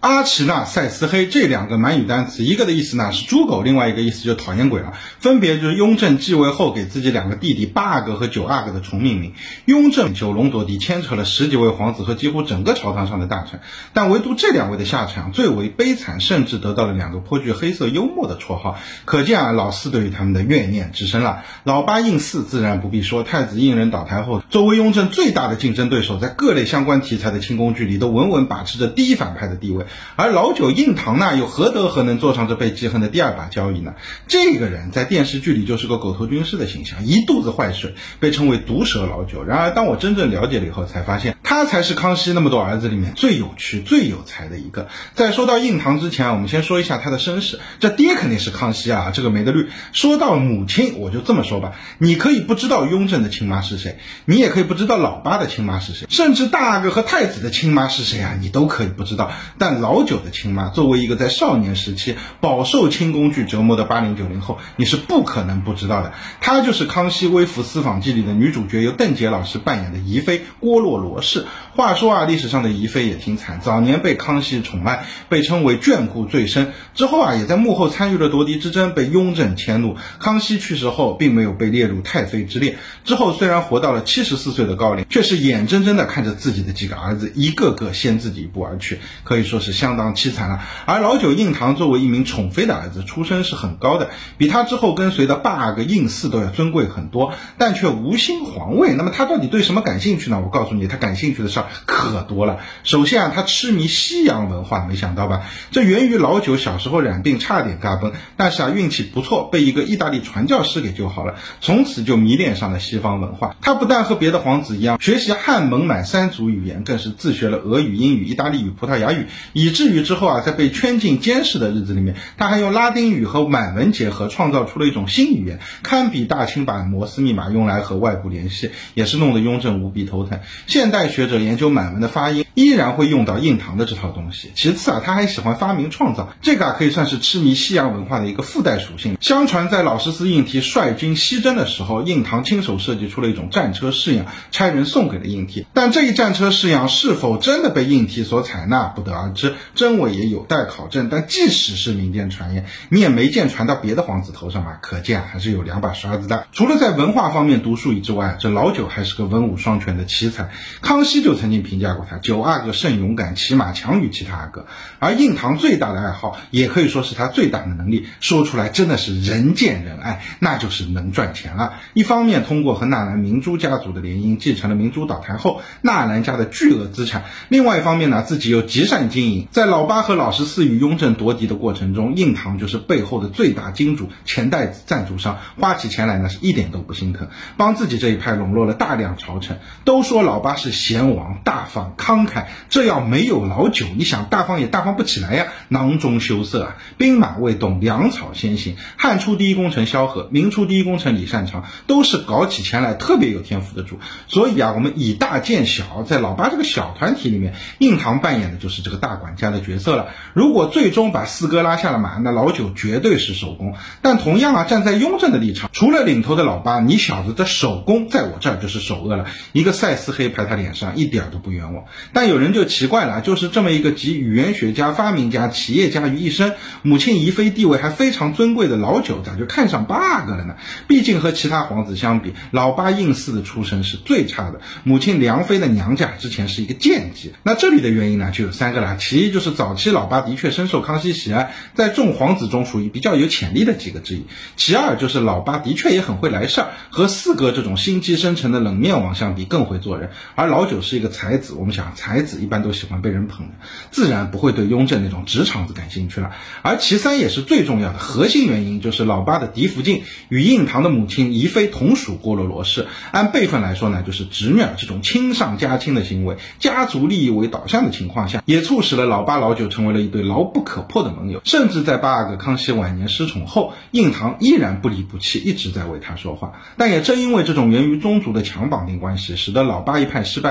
阿奇那、赛斯黑这两个满语单词，一个的意思呢是猪狗，另外一个意思就讨厌鬼了，分别就是雍正继位后给自己两个弟弟八阿哥和九阿哥的重命名。雍正九龙夺嫡，牵扯了10几位皇子和几乎整个朝堂上的大臣，但唯独这两位的下场最为悲惨，甚至得到了2个颇具黑色幽默的绰号。可见啊，老四对于他们的怨念之深了。老八胤祀自然不必说，太子胤仁倒台后，作为雍正最大的竞争对手，在各类相关题材的清宫剧里都稳稳把持着第一反派的地位。而老九胤堂呢，又何德何能坐上这被记恨的第2把交椅呢？这个人在电视剧里就是个狗头军师的形象，一肚子坏水，被称为毒舌老九。然而当我真正了解了以后，才发现他才是康熙那么多儿子里面最有趣最有才的一个。在说到胤堂之前，我们先说一下他的身世。这爹肯定是康熙啊，这个没得虑。说到母亲，我就这么说吧，你可以不知道雍正的亲妈是谁，你也可以不知道老八的亲妈是谁，甚至大阿哥和太子的亲妈是谁啊，你都可以不知道。但老九的亲妈，作为一个在少年时期饱受清宫剧折磨的80、90后，你是不可能不知道的。她就是康熙微服私访记里的女主角，由邓婕老师扮演的宜妃郭洛罗氏。话说啊，历史上的宜妃也挺惨，早年被康熙宠爱，被称为眷顾最深，之后啊，也在幕后参与了夺嫡之争，被雍正迁怒。康熙去世后，并没有被列入太妃之列。之后虽然活到了74岁的高龄，却是眼睁睁地看着自己的几个儿子一个个先自己一步而去，可以说是相当凄惨了。而老九胤堂作为一名宠妃的儿子，出身是很高的，比他之后跟随的8阿哥胤祀都要尊贵很多，但却无心皇位。那么他到底对什么感兴趣呢？我告诉你，他感兴趣的事儿可多了。首先啊，他痴迷西洋文化，没想到吧？这源于老九小时候染病，差点嘎崩，但是啊，运气不错，被一个意大利传教士给救好了，从此就迷恋上了西方文化。他不但和别的皇子一样学习汉蒙满3族语言，更是自学了俄语、英语、意大利语、葡萄牙语，以至于之后啊，在被圈进监视的日子里面，他还用拉丁语和满文结合，创造出了一种新语言，堪比大清版摩斯密码，用来和外部联系，也是弄得雍正无比头疼。现代学者研究满文的发音，依然会用到胤堂的这套东西。其次啊，他还喜欢发明创造，这个可以算是痴迷西洋文化的一个附带属性。相传在老十四胤禔率军西征的时候，胤堂亲手设计出了一种战车式样，差人送给了胤禔。但这一战车式样是否真的被胤禔所采纳，不得而知，真伪也有待考证。但即使是民间传言，你也没见传到别的皇子头上嘛，可见还是有2把刷子的。除了在文化方面独树一之外，这老九还是个文武双全的奇才。康熙就曾经评价过他，9阿哥甚勇敢，骑马强于其他阿哥。而胤堂最大的爱好，也可以说是他最大的能力，说出来真的是人见人爱，那就是能赚钱了。一方面通过和纳兰明珠家族的联姻，继承了明珠倒台后纳兰家的巨额资产，另外一方面呢，自己又极善经营。在老八和老十四与雍正夺嫡的过程中，胤堂就是背后的最大金主、钱袋子、赞助商，花起钱来呢是一点都不心疼，帮自己这一派笼络了大量朝臣。都说老八是贤王，大方慷慨，这要没有老九，你想大方也大方不起来呀，囊中羞涩啊。兵马未动，粮草先行，汉初第一功臣萧何，明初第一功臣李善长，都是搞起钱来特别有天赋的主。所以啊，我们以大见小，在老八这个小团体里面，胤堂扮演的就是这个大管家的角色了。如果最终把四哥拉下了马，那老九绝对是首功。但同样啊，站在雍正的立场，除了领头的老八，你小子的首功在我这儿就是首恶了，一个赛斯黑拍他脸上一点都不冤枉。但有人就奇怪了，就是这么一个集语言学家、发明家、企业家于一身，母亲宜妃地位还非常尊贵的老九，咋就看上八阿哥了呢？毕竟和其他皇子相比，老八胤祀的出身是最差的，母亲梁妃的娘家之前是一个贱籍。那这里的原因呢，就有3个啦。其一就是早期老八的确深受康熙喜爱，在众皇子中属于比较有潜力的几个之一。其二就是老八的确也很会来事儿，和四哥这种心机深沉的冷面王相比更会做人。而老九是一个才子，我们想才子一般都喜欢被人捧的，自然不会对雍正那种直肠子感兴趣了。而其三也是最重要的核心原因，就是老八的嫡福晋与胤堂的母亲宜妃同属郭罗罗氏，按辈分来说呢，就是侄女儿。这种亲上加亲的行为，家族利益为导向的情况下，也促使了老八老九成为了一对牢不可破的盟友。甚至在8阿哥康熙晚年失宠后，胤堂依然不离不弃，一直在为他说话。但也正因为这种源于宗族的强绑定关系，使得老八一派失败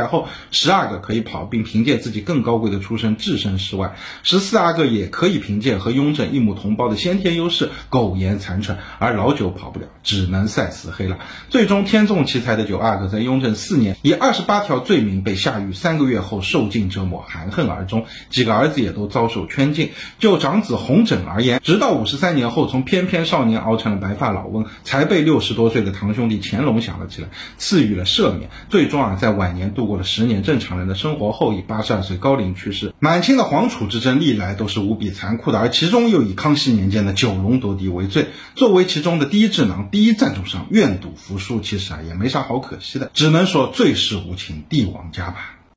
代后，12阿哥可以跑，并凭借自己更高贵的出身置身事外；14阿哥也可以凭借和雍正一母同胞的先天优势苟延残喘，而老9跑不了，只能赛死黑了。最终天纵奇才的9阿哥在雍正4年以28条罪名被下狱，3个月后受尽折磨，含恨而终，几个儿子也都遭受圈禁。就长子弘整而言，直到53年后，从翩翩少年熬成了白发老翁，才被60多岁的堂兄弟乾隆想了起来，赐予了赦免，最终在晚年度过了10年正常人的生活后，以82岁高龄去世。满清的皇储之争历来都是无比残酷的，而其中又以康熙年间的9龙夺嫡为最。作为其中的第一智囊、第一赞助商，愿赌服输，其实也没啥好可惜的，只能说最是无情帝王家吧。